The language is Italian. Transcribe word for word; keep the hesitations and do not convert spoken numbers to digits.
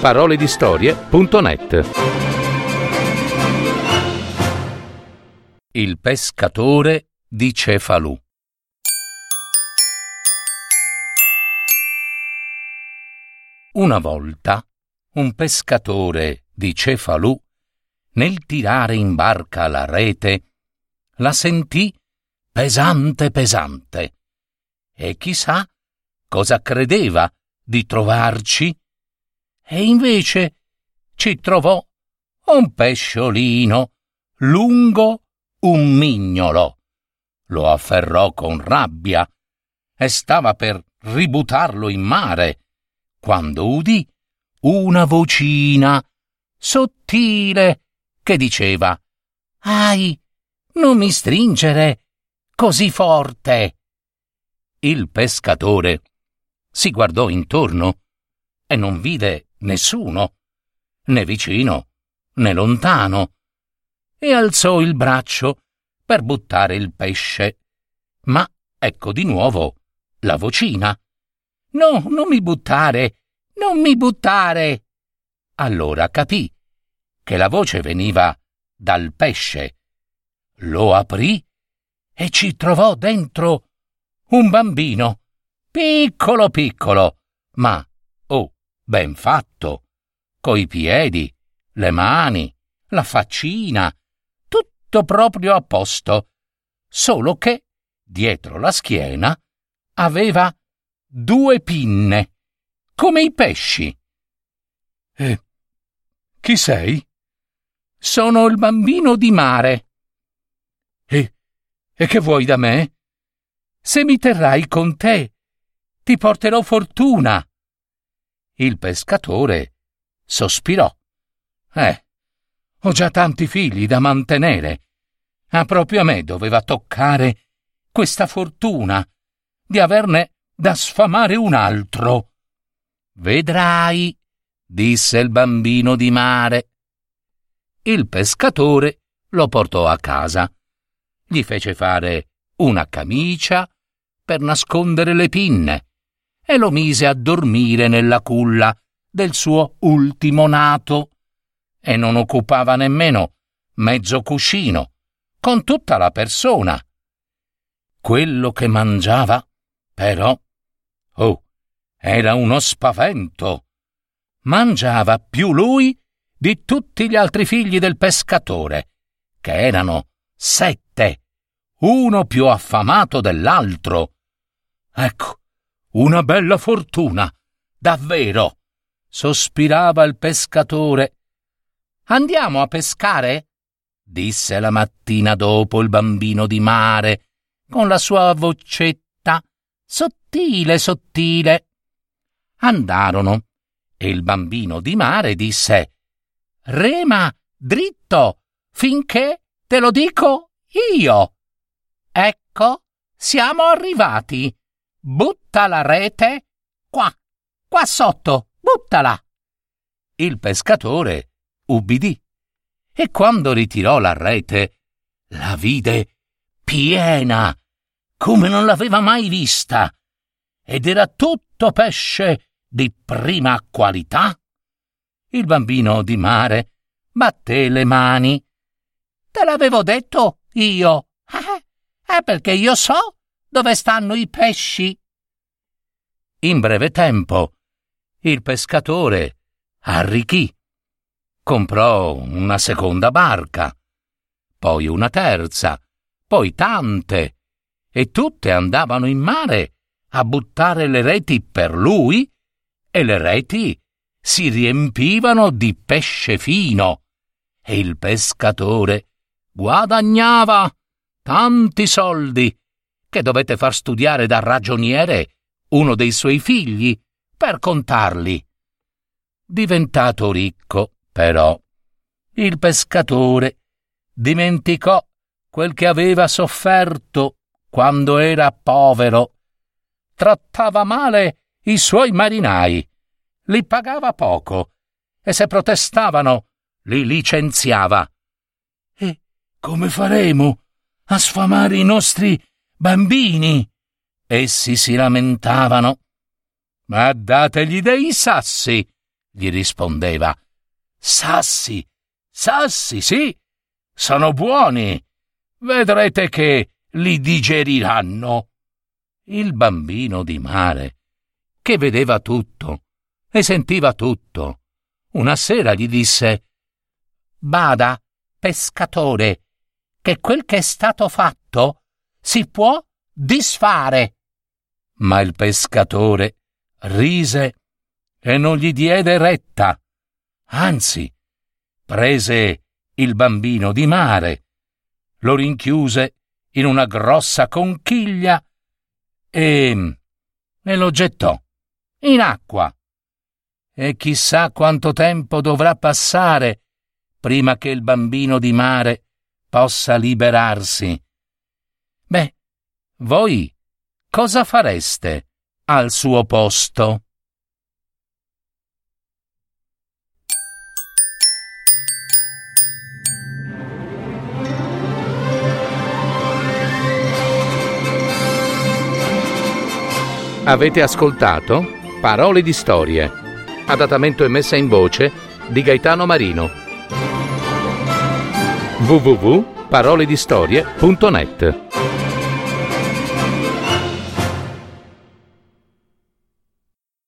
parole di storie punto net. Il pescatore di Cefalù. Una volta un pescatore di Cefalù, nel tirare in barca la rete, la sentì pesante pesante e chissà cosa credeva di trovarci, e invece ci trovò un pesciolino lungo un mignolo. Lo afferrò con rabbia e stava per ributtarlo in mare, quando udì una vocina sottile che diceva: «Ahi, non mi stringere così forte!» Il pescatore si guardò intorno e non vide nessuno, né vicino né lontano, e alzò il braccio per buttare il pesce. Ma ecco di nuovo la vocina: «No, non mi buttare, non mi buttare!» Allora capì che la voce veniva dal pesce. Lo aprì e ci trovò dentro un bambino, piccolo piccolo, ma, oh, ben fatto, coi piedi, le mani, la faccina, tutto proprio a posto, solo che dietro la schiena aveva due pinne, come i pesci. «E chi sei?» «Sono il bambino di mare». E, «E che vuoi da me?» «Se mi terrai con te, ti porterò fortuna». Il pescatore sospirò. «Eh, ho già tanti figli da mantenere, ma proprio a me doveva toccare questa fortuna di averne da sfamare un altro». «Vedrai», disse il bambino di mare. Il pescatore lo portò a casa, gli fece fare una camicia per nascondere le pinne e lo mise a dormire nella culla del suo ultimo nato, e non occupava nemmeno mezzo cuscino con tutta la persona. Quello che mangiava, però, oh, era uno spavento. Mangiava più lui di tutti gli altri figli del pescatore, che erano sette, uno più affamato dell'altro. «Ecco, una bella fortuna, davvero!» sospirava il pescatore. «Andiamo a pescare?» disse la mattina dopo il bambino di mare, con la sua vocetta sottile sottile. Andarono, e il bambino di mare disse: «Rema dritto finché te lo dico io». «Ecco, siamo arrivati. Butta la rete qua, qua sotto, buttala». Il pescatore ubbidì, e quando ritirò la rete la vide piena come non l'aveva mai vista, ed era tutto pesce di prima qualità. Il bambino di mare batté le mani. «Te l'avevo detto io, eh, è perché io so dove stanno i pesci». In breve tempo il pescatore arricchì. Comprò una seconda barca, poi una terza, poi tante, e tutte andavano in mare a buttare le reti per lui, e le reti si riempivano di pesce fino, e il pescatore guadagnava tanti soldi che dovette far studiare da ragioniere uno dei suoi figli per contarli. Diventato ricco, però, il pescatore dimenticò quel che aveva sofferto quando era povero. Trattava male i suoi marinai, li pagava poco, e se protestavano li licenziava. «E come faremo a sfamare i nostri bambini?» essi si lamentavano. «Ma dategli dei sassi», gli rispondeva. Sassi, sassi, sì, sono buoni. Vedrete che li digeriranno. Il bambino di mare, che vedeva tutto e sentiva tutto, una sera gli disse: Bada, pescatore, che quel che è stato fatto si può disfare. Ma il pescatore rise e non gli diede retta. Anzi, prese il bambino di mare, lo rinchiuse in una grossa conchiglia e, e lo gettò in acqua. E chissà quanto tempo dovrà passare prima che il bambino di mare possa liberarsi. Beh, voi cosa fareste al suo posto? Avete ascoltato Parole di Storie, adattamento e messa in voce di Gaetano Marino. w w w punto parole di storie punto net